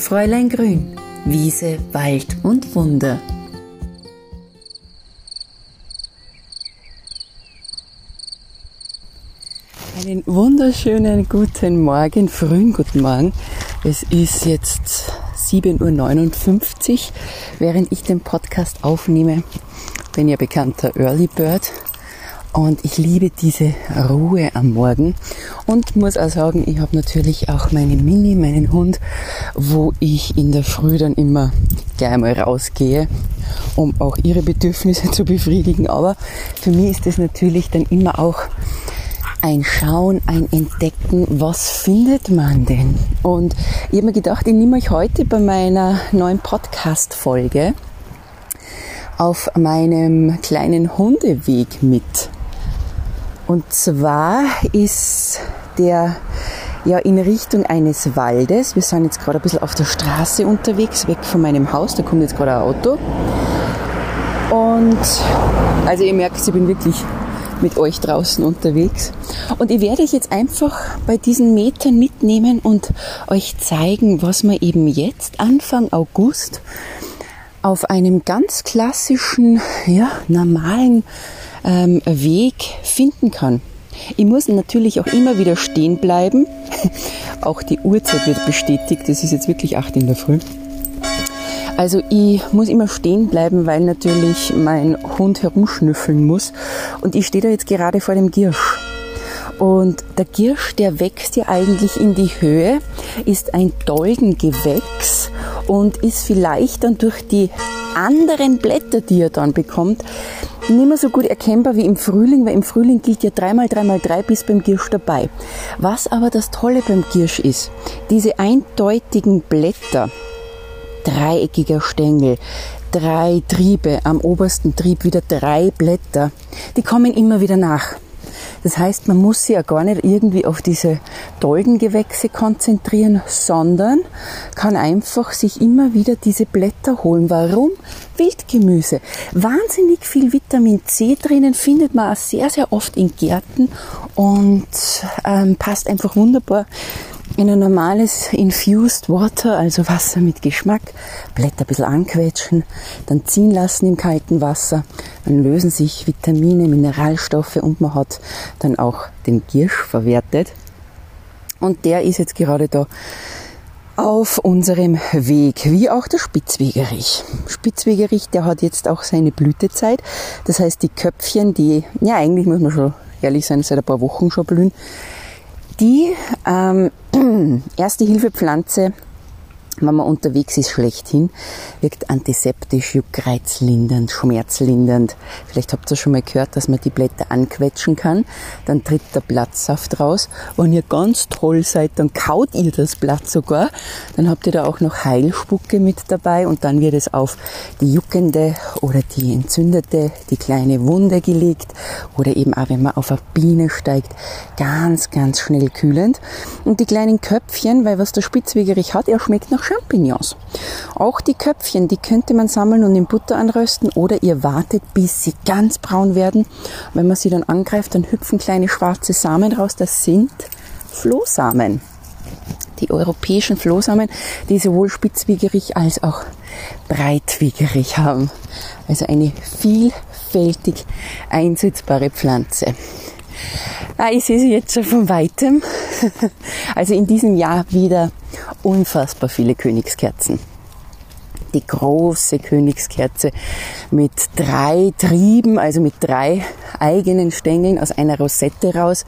Fräulein Grün, Wiese, Wald und Wunder. Einen wunderschönen guten Morgen, frühen guten Morgen. Es ist jetzt 7.59 Uhr, während ich den Podcast aufnehme. Bin ja bekannter Early Bird und ich liebe diese Ruhe am Morgen und muss auch sagen, ich habe natürlich auch meine Mini, meinen Hund, wo ich in der Früh dann immer gleich mal rausgehe, um auch ihre Bedürfnisse zu befriedigen. Aber für mich ist das natürlich dann immer auch ein Schauen, ein Entdecken, was findet man denn? Und ich habe mir gedacht, ich nehme euch heute bei meiner neuen Podcast-Folge auf meinem kleinen Hundeweg mit. Und zwar ist der ja in Richtung eines Waldes. Wir sind jetzt gerade ein bisschen auf der Straße unterwegs, weg von meinem Haus. Da kommt jetzt gerade ein Auto. Und also ihr merkt, ich bin wirklich mit euch draußen unterwegs. Und ich werde euch jetzt einfach bei diesen Metern mitnehmen und euch zeigen, was man eben jetzt Anfang August auf einem ganz klassischen, normalen Weg finden kann. Ich muss natürlich auch immer wieder stehen bleiben. Auch die Uhrzeit wird bestätigt. Es ist jetzt wirklich 8 in der Früh. Also ich muss immer stehen bleiben, weil natürlich mein Hund herumschnüffeln muss. Und ich stehe da jetzt gerade vor dem Giersch. Und der Giersch, der wächst ja eigentlich in die Höhe, ist ein Dolgengewächs und ist vielleicht dann durch die anderen Blätter, die er dann bekommt, nicht mehr so gut erkennbar wie im Frühling, weil im Frühling gilt ja 3x3x3 bis beim Giersch dabei. Was aber das Tolle beim Giersch ist, diese eindeutigen Blätter, dreieckiger Stängel, 3 Triebe, am obersten Trieb wieder 3 Blätter, die kommen immer wieder nach. Das heißt, man muss sich ja gar nicht irgendwie auf diese Dolgengewächse konzentrieren, sondern kann einfach sich immer wieder diese Blätter holen. Warum? Wildgemüse. Wahnsinnig viel Vitamin C drinnen, findet man auch sehr, sehr oft in Gärten und passt einfach wunderbar in ein normales Infused Water, also Wasser mit Geschmack, Blätter ein bisschen anquetschen, dann ziehen lassen im kalten Wasser, dann lösen sich Vitamine, Mineralstoffe und man hat dann auch den Giersch verwertet. Und der ist jetzt gerade da auf unserem Weg, wie auch der Spitzwegerich. Spitzwegerich, der hat jetzt auch seine Blütezeit, das heißt die Köpfchen, die, ja eigentlich muss man schon ehrlich sein, seit ein paar Wochen schon blühen, die Erste-Hilfe-Pflanze, wenn man unterwegs ist, schlechthin, wirkt antiseptisch, juckreizlindernd, schmerzlindernd. Vielleicht habt ihr schon mal gehört, dass man die Blätter anquetschen kann. Dann tritt der Blattsaft raus. Wenn ihr ganz toll seid, dann kaut ihr das Blatt sogar. Dann habt ihr da auch noch Heilspucke mit dabei und dann wird es auf die juckende oder die entzündete, die kleine Wunde gelegt oder eben auch, wenn man auf eine Biene steigt, ganz, ganz schnell kühlend. Und die kleinen Köpfchen, weil was der Spitzwegerich hat, er schmeckt nach Champignons. Auch die Köpfchen, die könnte man sammeln und in Butter anrösten oder ihr wartet, bis sie ganz braun werden. Wenn man sie dann angreift, dann hüpfen kleine schwarze Samen raus. Das sind Flohsamen. Die europäischen Flohsamen, die sowohl Spitzwegerich als auch Breitwegerich haben. Also eine vielfältig einsetzbare Pflanze. Ich sehe sie jetzt schon von Weitem. Also in diesem Jahr wieder unfassbar viele Königskerzen. Die große Königskerze mit 3 Trieben, also mit 3 eigenen Stängeln aus einer Rosette raus.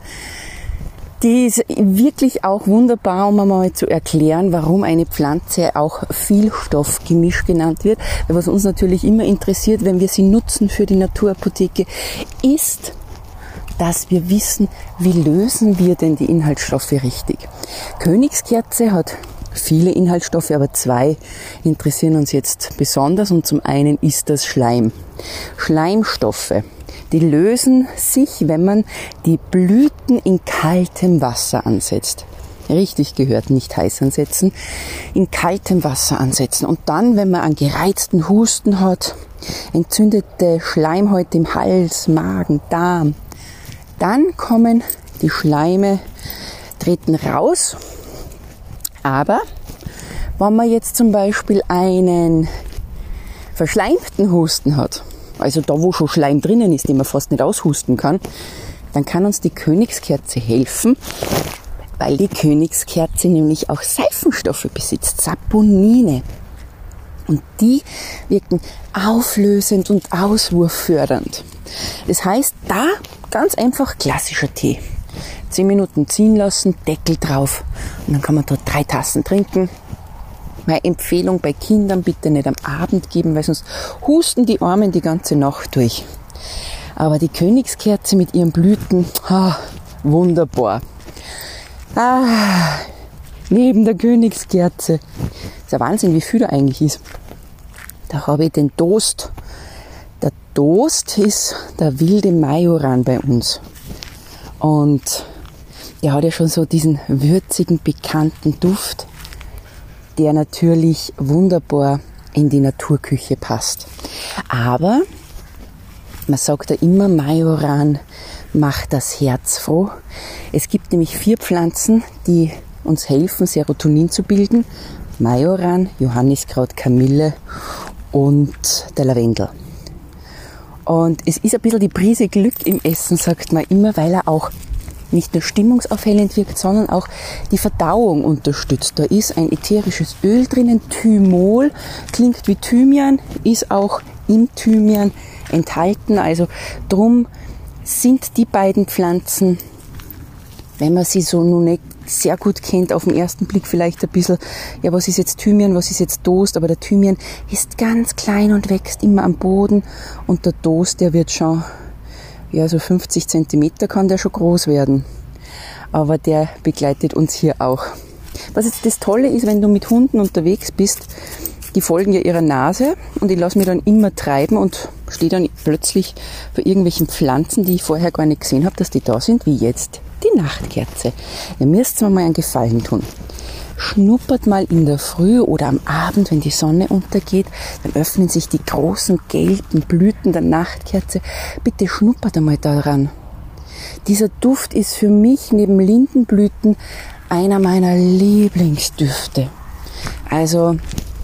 Die ist wirklich auch wunderbar, um einmal zu erklären, warum eine Pflanze auch Vielstoffgemisch genannt wird. Weil was uns natürlich immer interessiert, wenn wir sie nutzen für die Naturapotheke, ist, dass wir wissen, wie lösen wir denn die Inhaltsstoffe richtig. Königskerze hat viele Inhaltsstoffe, aber 2 interessieren uns jetzt besonders und zum einen ist das Schleim. Schleimstoffe, die lösen sich, wenn man die Blüten in kaltem Wasser ansetzt. Richtig gehört, nicht heiß ansetzen, in kaltem Wasser ansetzen. Und dann, wenn man einen gereizten Husten hat, entzündete Schleimhäute im Hals, Magen, Darm, dann kommen die Schleime, treten raus, aber Wenn man jetzt zum Beispiel einen verschleimten Husten hat, also da, wo schon Schleim drinnen ist, den man fast nicht aushusten kann, dann kann uns die Königskerze helfen, weil die Königskerze nämlich auch Seifenstoffe besitzt, Saponine. Und die wirken auflösend und auswurffördernd. Das heißt, da ganz einfach klassischer Tee. 10 Minuten ziehen lassen, Deckel drauf und dann kann man dort 3 Tassen trinken. Meine Empfehlung bei Kindern bitte nicht am Abend geben, weil sonst husten die Armen die ganze Nacht durch. Aber die Königskerze mit ihren Blüten, wunderbar. Neben der Königskerze. Das ist ein Wahnsinn, wie viel da eigentlich ist. Da habe ich den Toast. Der Toast ist der wilde Majoran bei uns. Und der hat ja schon so diesen würzigen, bekannten Duft, der natürlich wunderbar in die Naturküche passt. Aber man sagt ja immer, Majoran macht das Herz froh. Es gibt nämlich 4 Pflanzen, die uns helfen, Serotonin zu bilden. Majoran, Johanniskraut, Kamille und der Lavendel. Und es ist ein bisschen die Prise Glück im Essen, sagt man immer, weil er auch nicht nur stimmungsaufhellend wirkt, sondern auch die Verdauung unterstützt. Da ist ein ätherisches Öl drinnen, Thymol, klingt wie Thymian, ist auch im Thymian enthalten. Also drum sind die beiden Pflanzen, wenn man sie so noch nicht sehr gut kennt, auf den ersten Blick vielleicht ein bisschen, ja, was ist jetzt Thymian, was ist jetzt Toast, aber der Thymian ist ganz klein und wächst immer am Boden und der Toast, der wird schon, ja, so 50 Zentimeter kann der schon groß werden, aber der begleitet uns hier auch. Was jetzt das Tolle ist, wenn du mit Hunden unterwegs bist, die folgen ja ihrer Nase und ich lasse mich dann immer treiben und stehe dann plötzlich vor irgendwelchen Pflanzen, die ich vorher gar nicht gesehen habe, dass die da sind, wie jetzt die Nachtkerze. Ihr müsst mir mal einen Gefallen tun. Schnuppert mal in der Früh oder am Abend, wenn die Sonne untergeht, dann öffnen sich die großen gelben Blüten der Nachtkerze. Bitte schnuppert einmal daran. Dieser Duft ist für mich neben Lindenblüten einer meiner Lieblingsdüfte. Also,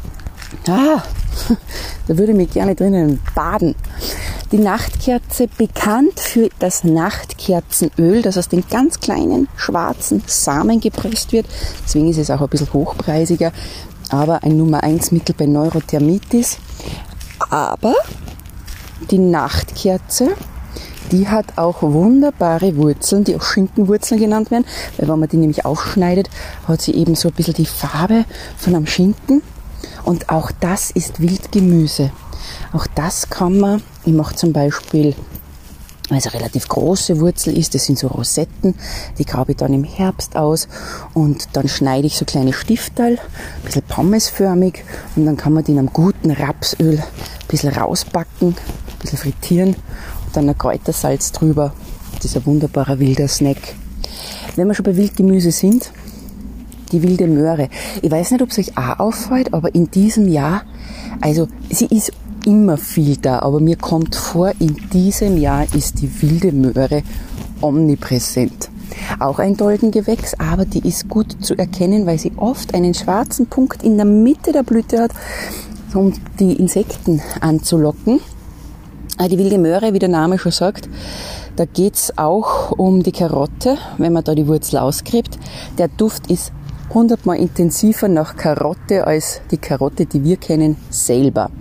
da würde ich mich gerne drinnen baden. Die Nachtkerze, bekannt für das Nachtkerzenöl, das aus den ganz kleinen schwarzen Samen gepresst wird. Deswegen ist es auch ein bisschen hochpreisiger, aber ein Nummer 1 Mittel bei Neurothermitis. Aber die Nachtkerze, die hat auch wunderbare Wurzeln, die auch Schinkenwurzeln genannt werden, weil wenn man die nämlich aufschneidet, hat sie eben so ein bisschen die Farbe von einem Schinken. Und auch das ist Wildgemüse. Auch das kann man, ich mache zum Beispiel, weil es eine relativ große Wurzel ist, das sind so Rosetten, die grabe ich dann im Herbst aus und dann schneide ich so kleine Stifterl, ein bisschen pommesförmig und dann kann man die in einem guten Rapsöl ein bisschen rausbacken, ein bisschen frittieren und dann ein Kräutersalz drüber. Das ist ein wunderbarer wilder Snack. Wenn wir schon bei Wildgemüse sind, die wilde Möhre. Ich weiß nicht, ob es euch auch auffällt, aber in diesem Jahr, also sie ist immer viel da, aber mir kommt vor, in diesem Jahr ist die wilde Möhre omnipräsent. Auch ein Dolgengewächs, aber die ist gut zu erkennen, weil sie oft einen schwarzen Punkt in der Mitte der Blüte hat, um die Insekten anzulocken. Die wilde Möhre, wie der Name schon sagt, da geht's auch um die Karotte, wenn man da die Wurzel ausgräbt. Der Duft ist 100-mal intensiver nach Karotte als die Karotte, die wir kennen, selber.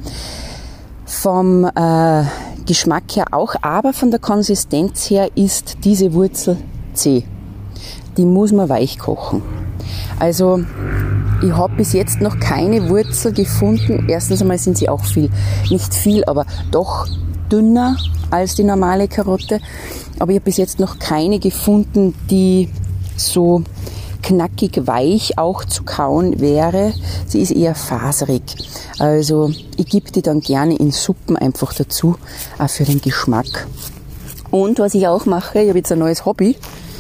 Vom Geschmack her auch, aber von der Konsistenz her ist diese Wurzel zäh. Die muss man weich kochen. Also ich habe bis jetzt noch keine Wurzel gefunden. Erstens einmal sind sie auch nicht viel, aber doch dünner als die normale Karotte. Aber ich habe bis jetzt noch keine gefunden, die so knackig weich auch zu kauen wäre. Sie ist eher faserig. Also ich gebe die dann gerne in Suppen einfach dazu, auch für den Geschmack. Und was ich auch mache, ich habe jetzt ein neues Hobby,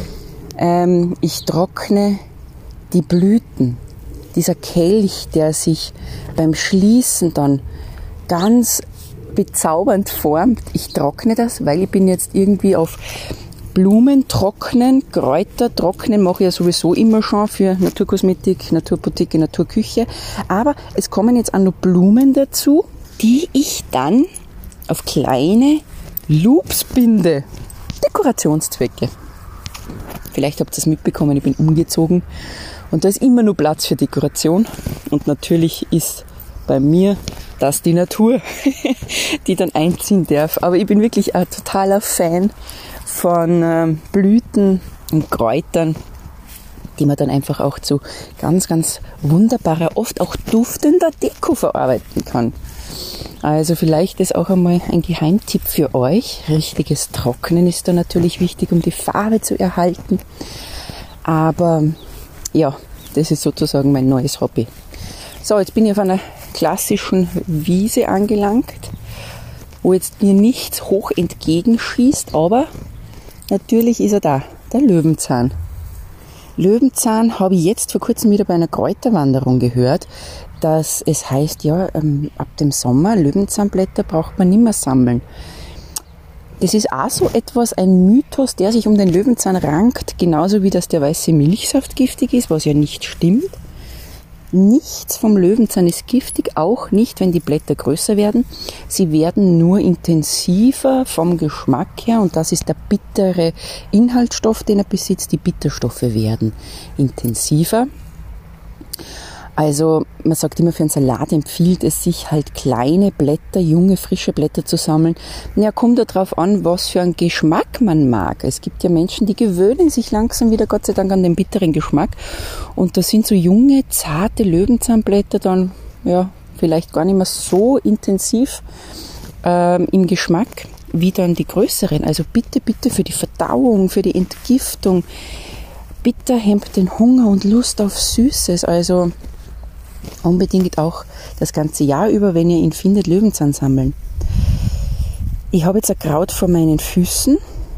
ich trockne die Blüten. Dieser Kelch, der sich beim Schließen dann ganz bezaubernd formt, ich trockne das, weil ich bin jetzt irgendwie auf Blumen trocknen, Kräuter trocknen mache ich ja sowieso immer schon für Naturkosmetik, Naturpotike, Naturküche. Aber es kommen jetzt auch noch Blumen dazu, die ich dann auf kleine Loops binde. Dekorationszwecke. Vielleicht habt ihr es mitbekommen, ich bin umgezogen und da ist immer nur Platz für Dekoration. Und natürlich ist bei mir das die Natur, die dann einziehen darf. Aber ich bin wirklich ein totaler Fan von Blüten und Kräutern, die man dann einfach auch zu ganz, ganz wunderbarer, oft auch duftender Deko verarbeiten kann. Also vielleicht ist auch einmal ein Geheimtipp für euch. Richtiges Trocknen ist da natürlich wichtig, um die Farbe zu erhalten. Aber ja, das ist sozusagen mein neues Hobby. So, jetzt bin ich auf einer klassischen Wiese angelangt, wo jetzt mir nichts hoch entgegenschießt, aber natürlich ist er da, der Löwenzahn. Löwenzahn habe ich jetzt vor kurzem wieder bei einer Kräuterwanderung gehört, dass es heißt, ja, ab dem Sommer Löwenzahnblätter braucht man nicht mehr sammeln. Das ist auch so etwas, ein Mythos, der sich um den Löwenzahn rankt, genauso wie dass der weiße Milchsaft giftig ist, was ja nicht stimmt. Nichts vom Löwenzahn ist giftig, auch nicht, wenn die Blätter größer werden. Sie werden nur intensiver vom Geschmack her und das ist der bittere Inhaltsstoff, den er besitzt. Die Bitterstoffe werden intensiver. Also man sagt immer, für einen Salat empfiehlt es sich halt kleine Blätter, junge, frische Blätter zu sammeln. Ja, kommt da drauf an, was für einen Geschmack man mag. Es gibt ja Menschen, die gewöhnen sich langsam wieder, Gott sei Dank, an den bitteren Geschmack. Und da sind so junge, zarte Löwenzahnblätter dann ja vielleicht gar nicht mehr so intensiv im Geschmack wie dann die größeren. Also bitte, bitte für die Verdauung, für die Entgiftung. Bitter hemmt den Hunger und Lust auf Süßes. Also unbedingt auch das ganze Jahr über, wenn ihr ihn findet, Löwenzahn sammeln. Ich habe jetzt ein Kraut vor meinen Füßen,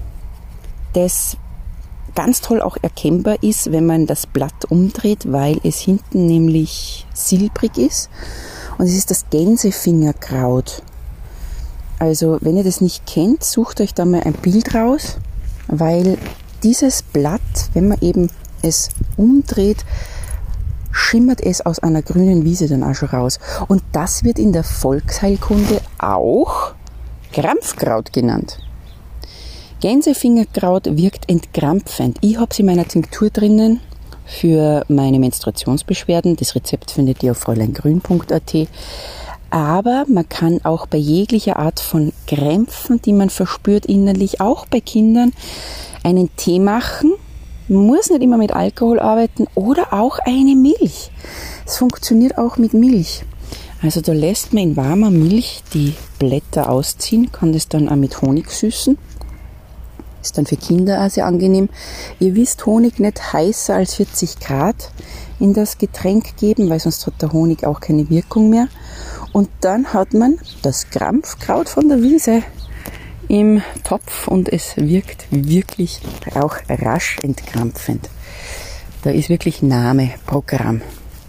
das ganz toll auch erkennbar ist, wenn man das Blatt umdreht, weil es hinten nämlich silbrig ist. Und es ist das Gänsefingerkraut. Also wenn ihr das nicht kennt, sucht euch da mal ein Bild raus, weil dieses Blatt, wenn man eben es umdreht, schimmert es aus einer grünen Wiese dann auch schon raus. Und das wird in der Volksheilkunde auch Krampfkraut genannt. Gänsefingerkraut wirkt entkrampfend. Ich habe es in meiner Tinktur drinnen für meine Menstruationsbeschwerden. Das Rezept findet ihr auf fräuleingrün.at. Aber man kann auch bei jeglicher Art von Krämpfen, die man verspürt innerlich, auch bei Kindern, einen Tee machen. Man muss nicht immer mit Alkohol arbeiten oder auch eine Milch. Es funktioniert auch mit Milch. Also da lässt man in warmer Milch die Blätter ausziehen, kann das dann auch mit Honig süßen. Ist dann für Kinder auch sehr angenehm. Ihr wisst, Honig nicht heißer als 40 Grad in das Getränk geben, weil sonst hat der Honig auch keine Wirkung mehr. Und dann hat man das Krampfkraut von der Wiese im Topf und es wirkt wirklich auch rasch entkrampfend. Da ist wirklich Name, Programm.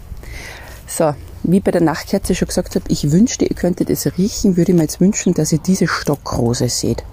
So, wie bei der Nachtkerze schon gesagt habe, ich wünschte, ihr könntet es riechen, würde ich mir jetzt wünschen, dass ihr diese Stockrose seht.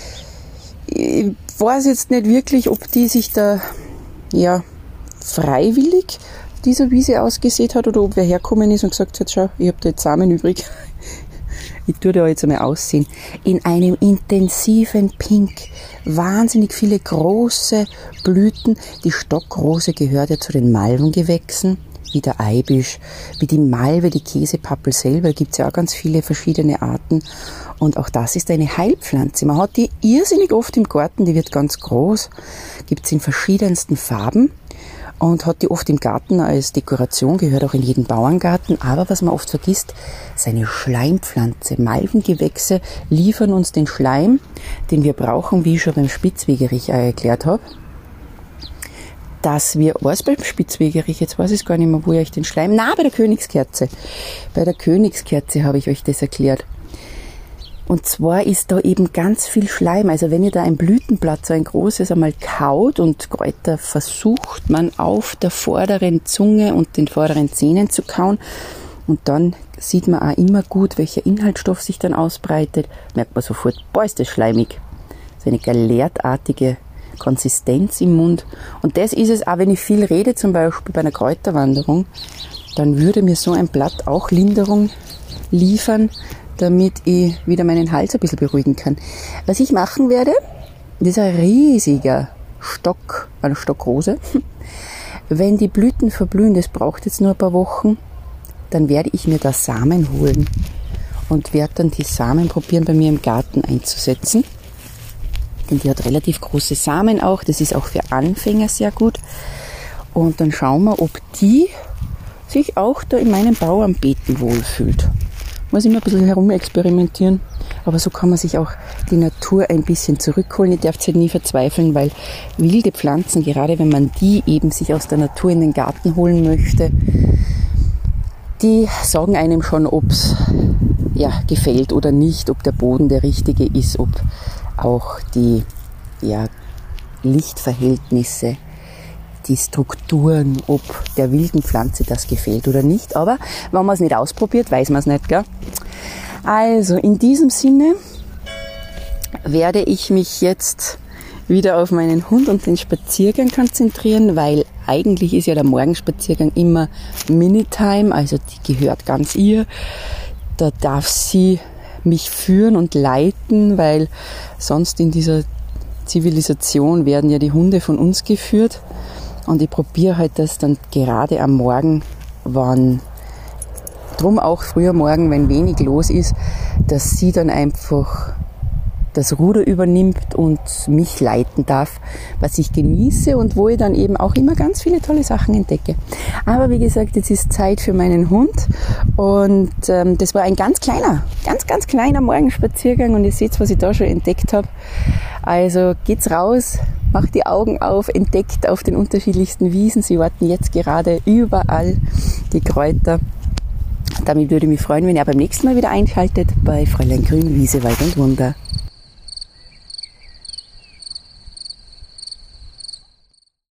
Ich weiß jetzt nicht wirklich, ob die sich da ja freiwillig dieser Wiese ausgesät hat oder ob wer hergekommen ist und gesagt hat, schau, ich habe da jetzt Samen übrig. Ich tue da jetzt einmal aussehen. In einem intensiven Pink. Wahnsinnig viele große Blüten. Die Stockrose gehört ja zu den Malvengewächsen, wie der Eibisch, wie die Malve, die Käsepappel selber. Da gibt es ja auch ganz viele verschiedene Arten. Und auch das ist eine Heilpflanze. Man hat die irrsinnig oft im Garten, die wird ganz groß. Gibt es in verschiedensten Farben. Und hat die oft im Garten als Dekoration, gehört auch in jeden Bauerngarten. Aber was man oft vergisst, ist eine Schleimpflanze. Malvengewächse liefern uns den Schleim, den wir brauchen, wie ich schon beim Spitzwegerich erklärt habe. Dass wir, was beim Spitzwegerich, jetzt weiß ich gar nicht mehr, wo ich euch den Schleim, bei der Königskerze. Bei der Königskerze habe ich euch das erklärt. Und zwar ist da eben ganz viel Schleim. Also wenn ihr da ein Blütenblatt, so ein großes, einmal kaut und Kräuter versucht man auf der vorderen Zunge und den vorderen Zähnen zu kauen. Und dann sieht man auch immer gut, welcher Inhaltsstoff sich dann ausbreitet. Merkt man sofort, boah, ist das schleimig. So eine galertartige Konsistenz im Mund. Und das ist es auch, wenn ich viel rede, zum Beispiel bei einer Kräuterwanderung, dann würde mir so ein Blatt auch Linderung liefern, damit ich wieder meinen Hals ein bisschen beruhigen kann. Was ich machen werde, das ist ein riesiger Stock, eine Stockrose. Wenn die Blüten verblühen, das braucht jetzt nur ein paar Wochen, dann werde ich mir da Samen holen und werde dann die Samen probieren, bei mir im Garten einzusetzen. Denn die hat relativ große Samen auch, das ist auch für Anfänger sehr gut. Und dann schauen wir, ob die sich auch da in meinem Bauernbeeten wohlfühlt. Muss immer ein bisschen herumexperimentieren, aber so kann man sich auch die Natur ein bisschen zurückholen. Ihr dürft halt nie verzweifeln, weil wilde Pflanzen, gerade wenn man die eben sich aus der Natur in den Garten holen möchte, die sagen einem schon, ob es gefällt oder nicht, ob der Boden der richtige ist, ob auch die Lichtverhältnisse, die Strukturen, ob der wilden Pflanze das gefällt oder nicht. Aber wenn man es nicht ausprobiert, weiß man es nicht, gell? Also in diesem Sinne werde ich mich jetzt wieder auf meinen Hund und den Spaziergang konzentrieren, weil eigentlich ist ja der Morgenspaziergang immer Mini-Time, also die gehört ganz ihr. Da darf sie mich führen und leiten, weil sonst in dieser Zivilisation werden ja die Hunde von uns geführt. Und ich probiere halt das dann gerade am Morgen, drum auch früher morgen, wenn wenig los ist, dass sie dann einfach das Ruder übernimmt und mich leiten darf, was ich genieße und wo ich dann eben auch immer ganz viele tolle Sachen entdecke. Aber wie gesagt, jetzt ist Zeit für meinen Hund und das war ein ganz kleiner Morgenspaziergang und ihr seht, was ich da schon entdeckt habe. Also geht's raus, macht die Augen auf, entdeckt auf den unterschiedlichsten Wiesen. Sie warten jetzt gerade überall die Kräuter. Damit würde ich mich freuen, wenn ihr beim nächsten Mal wieder einschaltet bei Fräulein Grün, Wiese, Wald und Wunder.